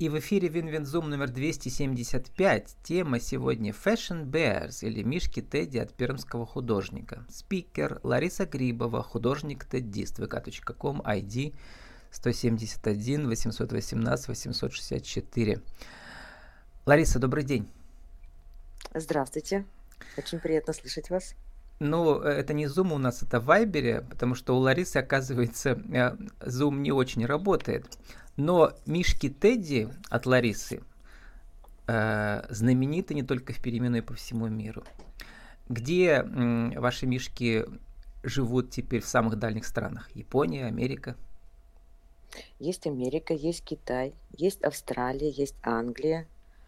И в эфире Винвинзум номер 275. Тема сегодня Fashion Bears или Мишки Тедди от пермского художника. Спикер Лариса Грибова, художник теддист. vk.com, ID 171 818 864. Лариса, добрый день. Здравствуйте. Очень приятно слышать вас. Ну, это не Zoom у нас, это в Вайбере, потому что у Ларисы, оказывается, Zoom не очень работает. Но Мишки Тедди от Ларисы знамениты не только в Перми, но и по всему миру. Где ваши мишки живут теперь в самых дальних странах? Япония, Америка? Есть Америка, есть Китай, есть Австралия, есть Англия.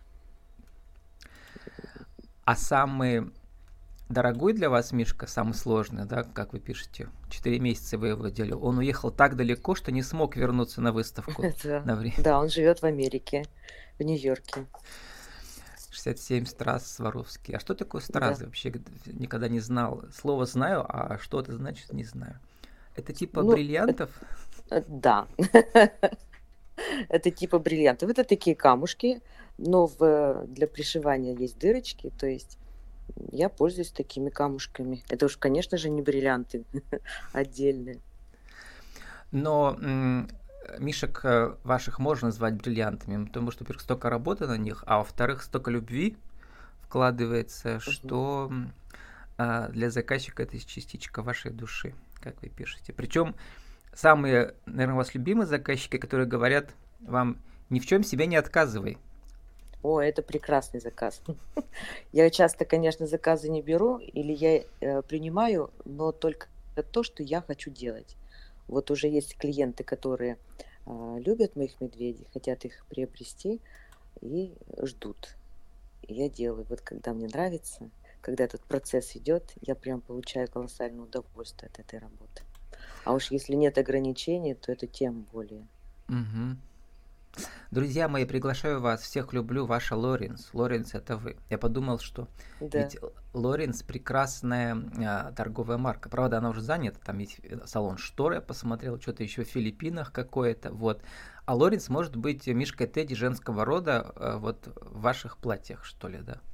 А самый дорогой для вас мишка, самый сложный, да, как вы пишете, 4 месяца вы его делали, он уехал так далеко, что не смог вернуться на выставку на время. Да, он живет в Америке, в Нью-Йорке. 67 страз Сваровский. А что такое стразы? Вообще никогда не знал. Слово знаю, а что это значит, не знаю. Это типа бриллиантов? Да. Это типа бриллиантов. Это такие камушки, но для пришивания есть дырочки, то есть я пользуюсь такими камушками. Это уж, конечно же, не бриллианты отдельные. Но мишек ваших можно назвать бриллиантами, потому что, во-первых, столько работы на них, а во-вторых, столько любви вкладывается, что для заказчика это частичка вашей души, как вы пишете. Причем самые, наверное, у вас любимые заказчики, которые говорят вам: ни в чем себе не отказывай. О, это прекрасный заказ. Я часто, конечно, заказы не беру, или я принимаю, но только то, что я хочу делать. Вот уже есть клиенты, которые любят моих медведей, хотят их приобрести и ждут. И я делаю. Вот когда мне нравится, когда этот процесс идет, я прям получаю колоссальное удовольствие от этой работы. А уж если нет ограничений, то это тем более. Угу. Друзья мои, приглашаю вас, всех люблю, ваша Лоренс. Лоренс, это вы. Я подумал, что ведь Лоренс прекрасная торговая марка. Правда, она уже занята, там есть салон штор, я посмотрел, что-то еще в Филиппинах какое-то, вот. А Лоренс может быть Мишкой Тедди женского рода вот в ваших платьях, что ли, да?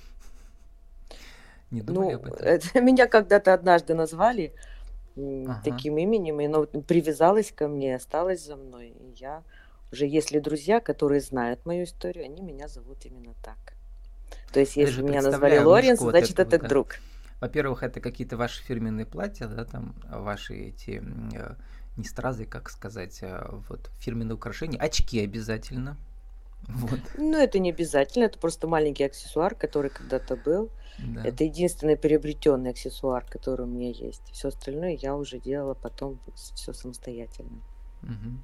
Не думали об этом? Меня когда-то однажды назвали таким именем, и оно привязалось ко мне, осталось за мной, и я... Уже если друзья, которые знают мою историю, они меня зовут именно так. То есть, если меня назвали Лоренс, значит, это друг. Во-первых, это какие-то ваши фирменные платья, да, там ваши эти, не стразы, как сказать, вот фирменные украшения, очки обязательно. Вот. Ну, это не обязательно, это просто маленький аксессуар, который когда-то был. Да. Это единственный приобретенный аксессуар, который у меня есть. Все остальное я уже делала потом все самостоятельно. Угу.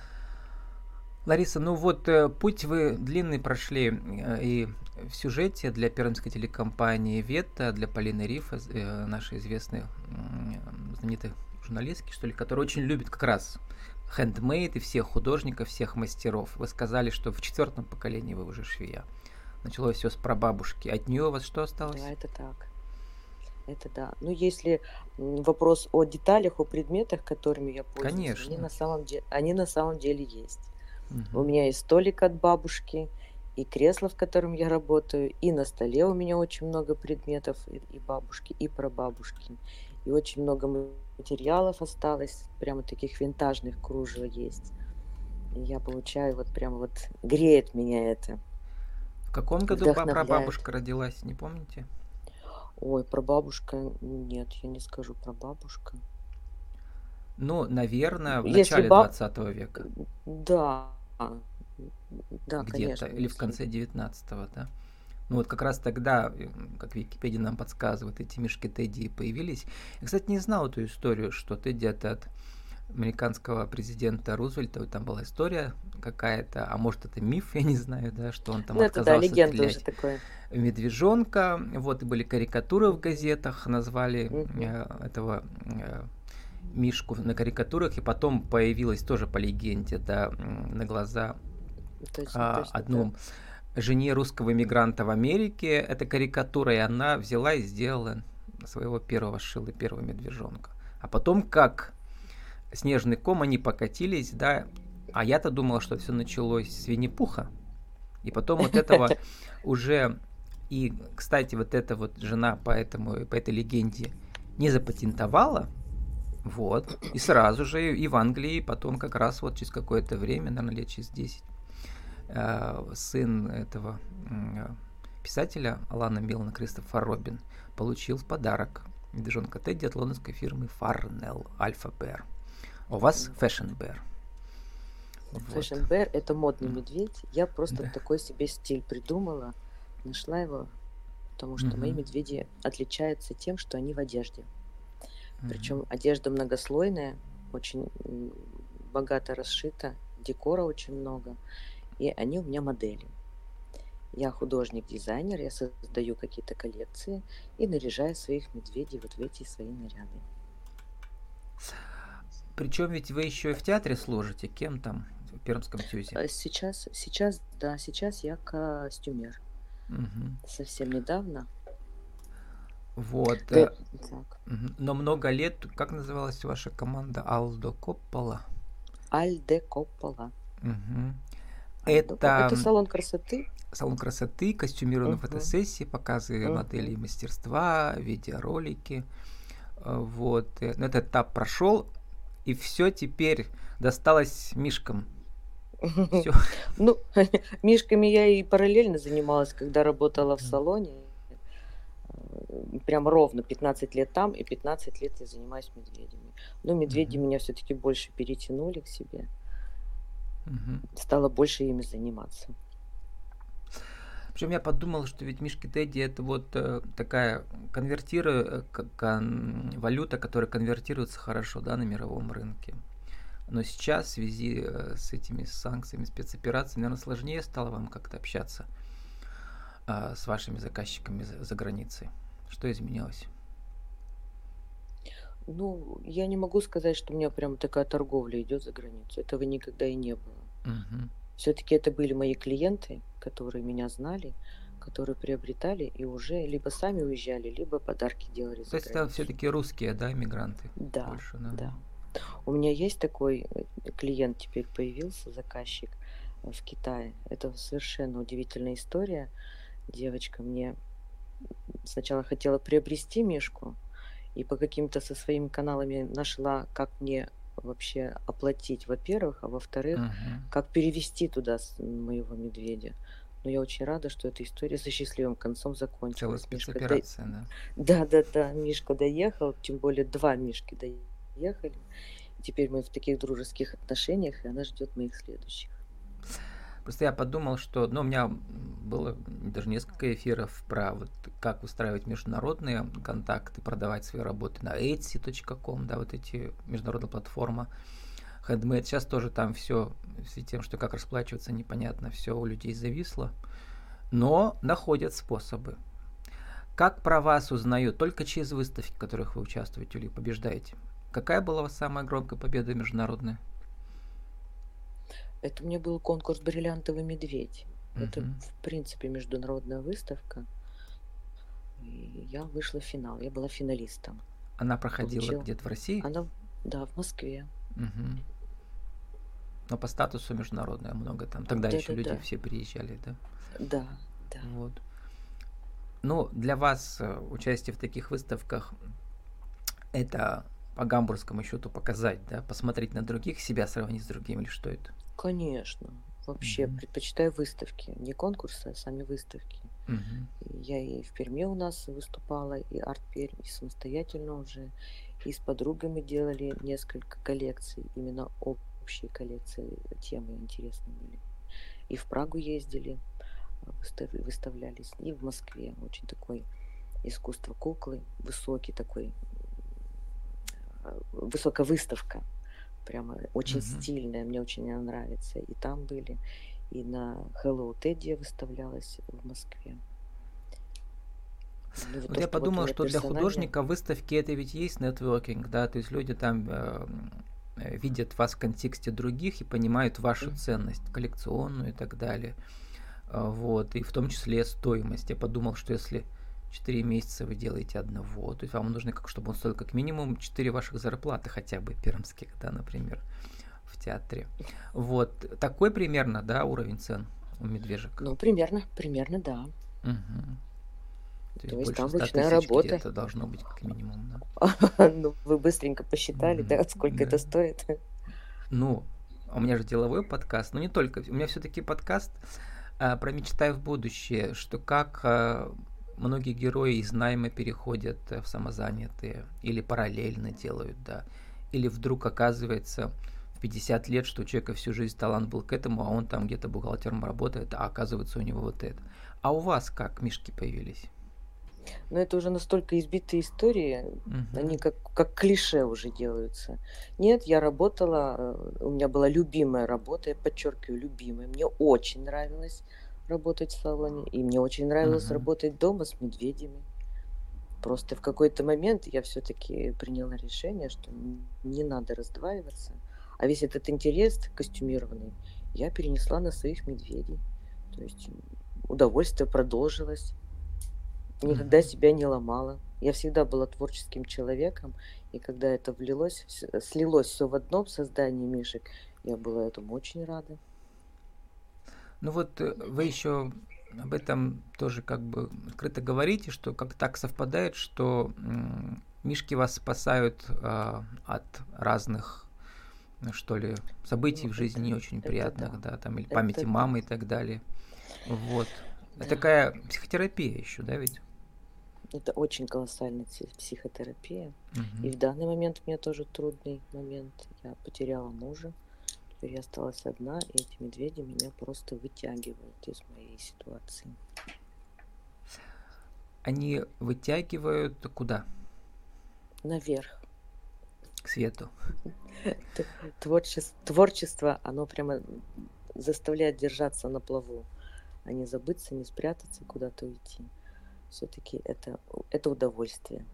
Лариса, ну вот путь вы длинный прошли и в сюжете для пермской телекомпании «Ветта», для Полины Риф, нашей известной знаменитой журналистки, что ли, которая очень любит как раз хендмейд и всех художников, всех мастеров. Вы сказали, что в 4-м поколении вы уже швея. Началось все с прабабушки. От нее у вас что осталось? Да, это так. Это да. Ну, если вопрос о деталях, о предметах, которыми я пользуюсь, конечно, они на самом деле есть. У меня есть столик от бабушки, и кресло, в котором я работаю, и на столе у меня очень много предметов и бабушки, и прабабушки. И очень много материалов осталось, прямо таких винтажных кружев есть. И я получаю вот прямо вот, греет меня это. В каком году прабабушка родилась, не помните? Ой, прабабушка, нет, я не скажу прабабушка. Ну, наверное, в начале 20 века. Да, где-то, конечно. Или в конце 19-го, да. Ну вот как раз тогда, как Википедия нам подсказывает, эти мишки Тедди появились. Я, кстати, не знал эту историю, что Тедди это от американского президента Рузвельта, там была история какая-то, а может это миф, я не знаю, да, что он там отказался стрелять в медвежонка, вот, и были карикатуры в газетах, назвали этого мишку на карикатурах, и потом появилась тоже по легенде, да, на глаза одном жене русского мигранта в Америке эта карикатура, и она взяла и сделала своего шила первого медвежонка. А потом, как снежный ком, они покатились, да, А я-то думала, что все началось с Винни-Пуха. И потом вот этого уже... И, кстати, вот эта вот жена по этой легенде не запатентовала, вот, и сразу же и в Англии, потом как раз вот через какое-то время, наверное, лет через 10, сын этого писателя Алана Милна, Кристофер Робин, получил в подарок медвежонка Тедди от лондонской фирмы Farnell Alpha Bear. У вас Fashion Bear. Fashion Bear – это модный медведь. Я просто такой себе стиль придумала, нашла его, потому что мои медведи отличаются тем, что они в одежде. Причем одежда многослойная, очень богато расшита, декора очень много, и они у меня модели. Я художник-дизайнер, я создаю какие-то коллекции и наряжаю своих медведей вот в эти свои наряды. Причем ведь вы еще и в театре служите. Кем там в Пермском ТЮЗе? Сейчас я костюмер. Совсем недавно. Вот. Но много лет, как называлась ваша команда? Альдо Коппола? Альде Коппола. Это салон красоты. Салон красоты, костюмированные фотосессии, показы моделей мастерства, видеоролики. Вот. Этот этап прошел, и все теперь досталось мишкам. Всё. Ну, мишками я и параллельно занималась, когда работала в салоне. Прям ровно 15 лет там, и 15 лет я занимаюсь медведями. Но медведи меня все-таки больше перетянули к себе. Стала больше ими заниматься. Причем я подумал, что ведь мишки Тедди это вот такая валюта, которая конвертируется хорошо, да, на мировом рынке. Но сейчас в связи с этими санкциями, спецоперациями, наверное, сложнее стало вам как-то общаться с вашими заказчиками за границей. Что изменилось? Ну, я не могу сказать, что у меня прям такая торговля идет за границу. Этого никогда и не было. Все-таки это были мои клиенты, которые меня знали, которые приобретали и уже либо сами уезжали, либо подарки делали за границу. То есть это все-таки русские, да, иммигранты? Да, больше, да. У меня есть такой клиент, теперь появился, заказчик в Китае. Это совершенно удивительная история. Девочка мне сначала хотела приобрести мишку, и по каким-то со своими каналами нашла, как мне вообще оплатить, во-первых, а во-вторых, как перевести туда моего медведя. Но я очень рада, что эта история со счастливым концом закончилась. Целая спецоперация, да. Мишка доехал, тем более 2 мишки доехали. Теперь мы в таких дружеских отношениях, и она ждет моих следующих. Просто я подумал, что, у меня было даже несколько эфиров про вот как выстраивать международные контакты, продавать свои работы на Etsy.com, да, вот эти международная платформа Handmade. Сейчас тоже там все с тем, что как расплачиваться непонятно, все у людей зависло, но находят способы. Как про вас узнают? Только через выставки, в которых вы участвуете или побеждаете? Какая была у вас самая громкая победа международная? Это у меня был конкурс «Бриллиантовый медведь». Это, в принципе, международная выставка. И я вышла в финал. Я была финалистом. Она проходила где-то в России? Да, в Москве. Но по статусу международная много там. Тогда еще люди все приезжали, да? Да. Вот. Ну, для вас участие в таких выставках это по гамбургскому счету показать, да? Посмотреть на других, себя сравнить с другими, или что это? Конечно. Вообще предпочитаю выставки. Не конкурсы, а сами выставки. Я и в Перми у нас выступала, и Арт-Пермь, и самостоятельно уже. И с подругами делали несколько коллекций, именно общие коллекции, темы интересные были. И в Прагу ездили, выставлялись, и в Москве. Очень такое искусство куклы, высокий такой, высокая выставка. Прямо очень стильная, мне очень она нравится. И там были, и на Hello Teddy выставлялась в Москве. Вот я подумал, что для художника выставки это ведь есть нетворкинг, да, то есть люди там видят вас в контексте других и понимают вашу ценность коллекционную и так далее. Вот, и в том числе стоимость. Я подумал, что если 4 месяца вы делаете одного, то есть вам нужно, чтобы он стоил как минимум 4 ваших зарплаты хотя бы пермских, да, например, в театре. Вот такой примерно, да, уровень цен у медвежек. Ну, примерно, да. Мгм. То есть То есть больше там 100 ручная тысяч работа. где-то должно быть как минимум, да. Ну, вы быстренько посчитали, да, Мгм. сколько Да. это стоит? Ну, у меня же деловой подкаст, но не только. У меня все-таки подкаст про мечтай в будущее, что как многие герои из найма переходят в самозанятые или параллельно делают, да. Или вдруг оказывается в 50 лет, что у человека всю жизнь талант был к этому, а он там где-то бухгалтером работает, а оказывается у него вот это. А у вас как мишки появились? Но это уже настолько избитые истории, они Мгм. как клише уже делаются. Нет, я работала, у меня была любимая работа, я подчеркиваю, любимая. Мне очень нравилось работать в салоне, и мне очень нравилось Мгм. работать дома с медведями. Просто в какой-то момент я все-таки приняла решение, что не надо раздваиваться, а весь этот интерес костюмированный я перенесла на своих медведей. То есть удовольствие продолжилось. Никогда Мгм. себя не ломала. Я всегда была творческим человеком, и когда это слилось все в одном создании мишек, я была этому очень рада. Ну вот вы еще об этом тоже как бы открыто говорите, что как так совпадает, что мишки вас спасают от разных, что ли, событий Ну, в жизни не очень это приятных, да, да, там или это памяти да, мамы и так далее. Вот. Это да. такая психотерапия еще, да, ведь? Это очень колоссальная психотерапия. И Мгм. в данный момент у меня тоже трудный момент. Я потеряла мужа, теперь я осталась одна, и эти медведи меня просто вытягивают из моей ситуации. Они вытягивают куда? Наверх. К свету. Творчество, оно прямо заставляет держаться на плаву, а не забыться, не спрятаться, куда-то уйти. Все-таки это удовольствие.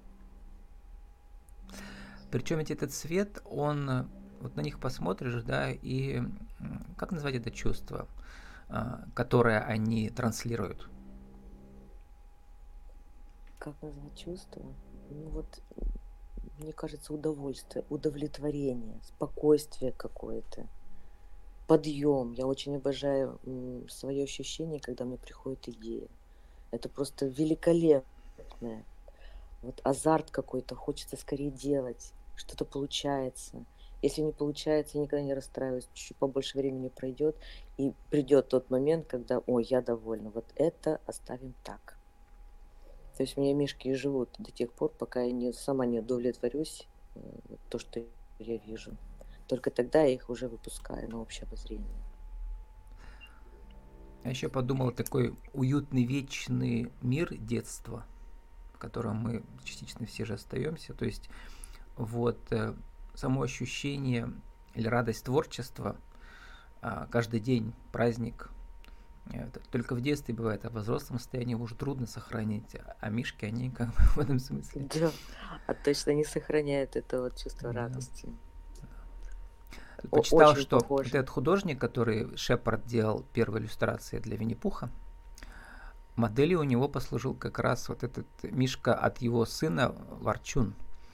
Причем ведь этот цвет, он, вот на них посмотришь, да, и как назвать это чувство, которое они транслируют? Как назвать чувство? Ну вот, мне кажется, удовольствие, удовлетворение, спокойствие какое-то, подъем. Я очень обожаю свое ощущение, когда мне приходит идея. Это просто великолепное. Вот азарт какой-то, хочется скорее делать, что-то получается. Если не получается, я никогда не расстраиваюсь, чуть побольше времени пройдет, и придет тот момент, когда, ой, я довольна, вот это оставим так. То есть у меня мишки и живут до тех пор, пока я сама не удовлетворюсь то, что я вижу. Только тогда я их уже выпускаю на общее обозрение. Я еще подумал, такой уютный вечный мир детства, в котором мы частично все же остаемся. То есть вот само ощущение или радость творчества, каждый день праздник. Это только в детстве бывает, а в взрослом состоянии уже трудно сохранить. А мишки, они как бы в этом смысле. Да, а точно не сохраняет это вот чувство Да. радости. Почитал, Очень что вот похоже. этот художник, который Шепард делал первые иллюстрации для Винни-Пуха, моделью у него послужил как раз вот этот мишка от его сына Ворчун.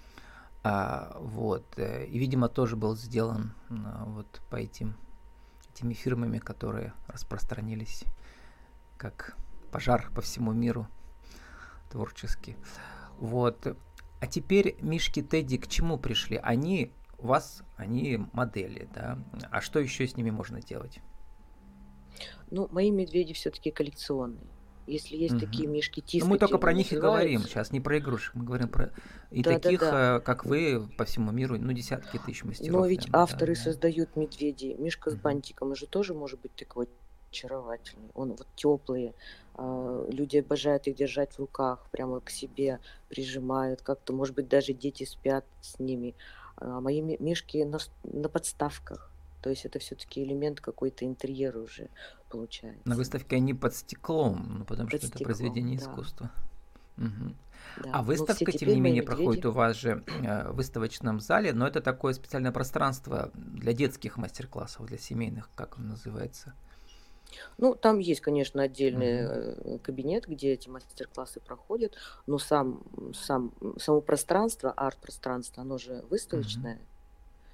Вот. И, видимо, тоже был сделан вот по этими фирмами, которые распространились как пожар по всему миру творчески. Вот. А теперь мишки Тедди к чему пришли? Они у вас, они модели, да? А что еще с ними можно делать? Ну, мои медведи все-таки коллекционные. Если есть такие Мгм. мишки, Ну, мы только тискатели про них и говорим называются, сейчас, не про игрушек. Мы говорим про и таких, да-да-да. как вы, по всему миру, ну, десятки тысяч Но мастеров, ведь наверное, да, авторы да. создают медведей. Мишка с Мгм. бантиком уже тоже может быть такой очаровательный. Он вот теплый. Люди обожают их держать в руках, прямо к себе прижимают. Как-то, может быть, даже дети спят с ними. А мои мишки на подставках. То есть это все-таки элемент какой-то интерьера уже На получается. выставке они под стеклом, ну, потому Под что это стеклом, произведение да. искусства. Мгм. А Да. Но все выставка, тем теперь не мои менее, проходит медведи. у вас же в выставочном зале, но это такое специальное пространство для детских мастер-классов, для семейных, как он называется. Ну, там есть, конечно, отдельный Мгм. кабинет, где эти мастер-классы проходят, но само пространство, арт-пространство, оно же Мгм. выставочное.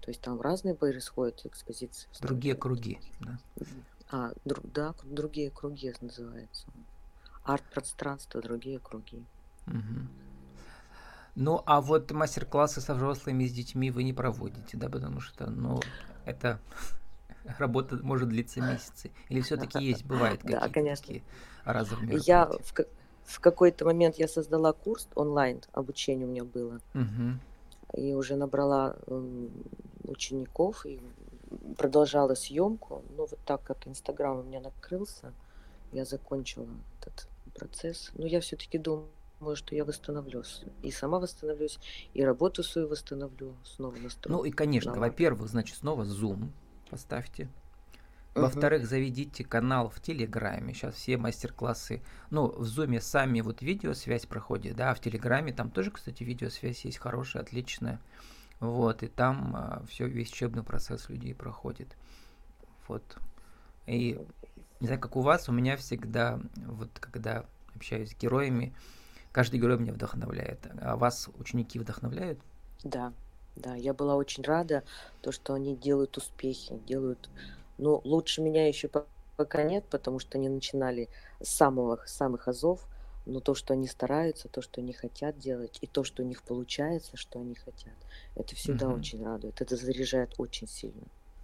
То есть там разные происходят экспозиции. Другие круги, да. Да, другие круги называется. Арт-пространство, другие круги. Мгм. Ну, а вот мастер-классы со взрослыми и с детьми вы не проводите, да, потому что, ну, это работа может длиться месяцы. Или все-таки есть, бывают Да, какие-то конечно. такие разовые Я мероприятия? в какой-то момент я создала курс онлайн, обучение у меня было, Мгм. и уже набрала учеников и продолжала съемку. Но вот так как Инстаграм у меня накрылся, я закончила этот процесс. Но я все-таки думаю, что я восстановлюсь. И сама восстановлюсь, и работу свою восстановлю, снова Ну и, настрою конечно, нормально. во-первых, значит, снова Zoom поставьте. Мгм. Во-вторых, заведите канал в Телеграме. Сейчас все мастер-классы, ну, в Зуме сами вот видеосвязь проходит, да, а в Телеграме там тоже, кстати, видеосвязь есть хорошая, отличная. Вот, и там все, весь учебный процесс людей проходит. Вот. И не знаю, как у вас, у меня всегда, вот когда общаюсь с героями, каждый герой меня вдохновляет. А вас ученики вдохновляют? Да, да, я была очень рада, то, что они делают успехи, делают, ну, лучше меня еще пока нет, потому что они начинали с самых азов, но то, что они стараются, то, что они хотят делать, и то, что у них получается, что они хотят, это всегда Мгм. очень радует, это заряжает очень сильно.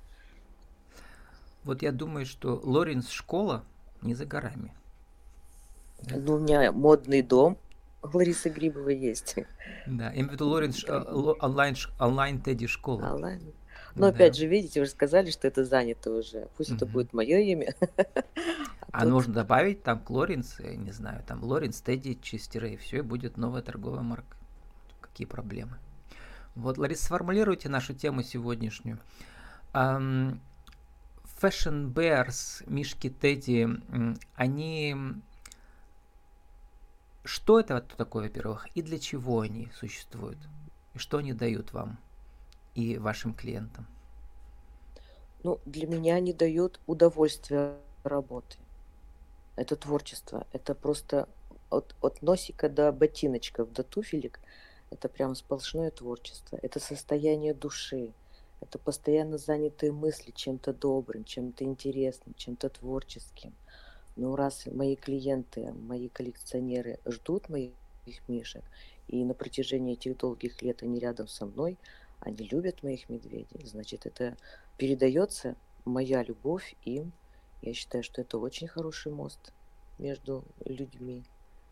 Вот я думаю, что Лоренс школа не за горами. Да? Ну, у меня модный дом Ларисы Грибовой есть. Да, я имею в виду Лоренс онлайн Тедди школа. А, ладно. Но опять Да. же, видите, вы же сказали, что это занято уже. Пусть это Мгм. будет мое имя. А А тут нужно добавить там к Лоренс, не знаю, там Лоренс Тедди Чистерей, все, и будет новая торговая марка. Какие проблемы? Вот, Лариса, сформулируйте нашу тему сегодняшнюю. Fashion Bears, Мишки Тедди, они... Что это такое, во-первых, и для чего они существуют? И что они дают вам и вашим клиентам? ну, для меня они дают удовольствие работы. Это творчество. Это просто от носика до ботиночков, до туфелек. Это прям сплошное творчество. Это состояние души. Это постоянно занятые мысли чем-то добрым, чем-то интересным, чем-то творческим. Ну, раз мои клиенты, мои коллекционеры ждут моих мишек, и на протяжении этих долгих лет они рядом со мной, они любят моих медведей, значит, это передается моя любовь им. Я считаю, что это очень хороший мост между людьми.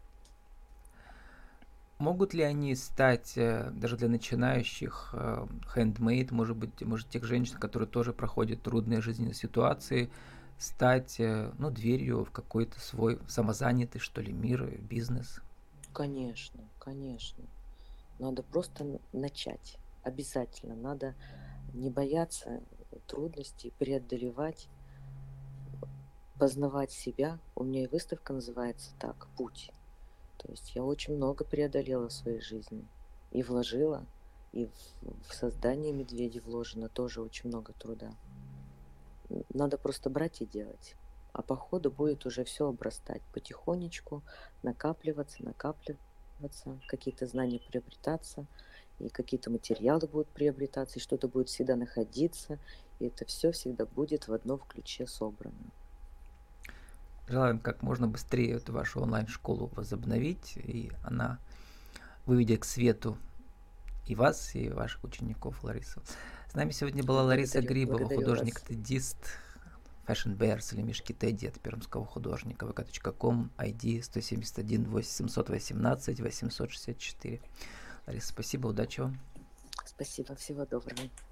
Могут ли они стать, даже для начинающих, handmade, может тех женщин, которые тоже проходят трудные жизненные ситуации, стать, ну, дверью в какой-то свой самозанятый, что ли, мир, бизнес? Конечно, конечно. Надо просто начать. Обязательно. Надо не бояться трудностей, преодолевать, познавать себя. У меня и выставка называется так «Путь». То есть я очень много преодолела в своей жизни. И вложила, и в создание медведей вложено тоже очень много труда. Надо просто брать и делать. А по ходу будет уже все обрастать потихонечку, накапливаться, какие-то знания приобретаться, и какие-то материалы будут приобретаться, и что-то будет всегда находиться, и это все всегда будет в одном ключе собрано. Желаем как можно быстрее эту вашу онлайн-школу возобновить, и она выведет к свету и вас, и ваших учеников, Ларису. С нами сегодня была Лариса Грибова, Благодарю вас. художник-тедист, Fashion Bears или Мишки Тедди от пермского художника, vk.com, ID 171 818 864. Лариса, спасибо, удачи вам. Спасибо, всего доброго.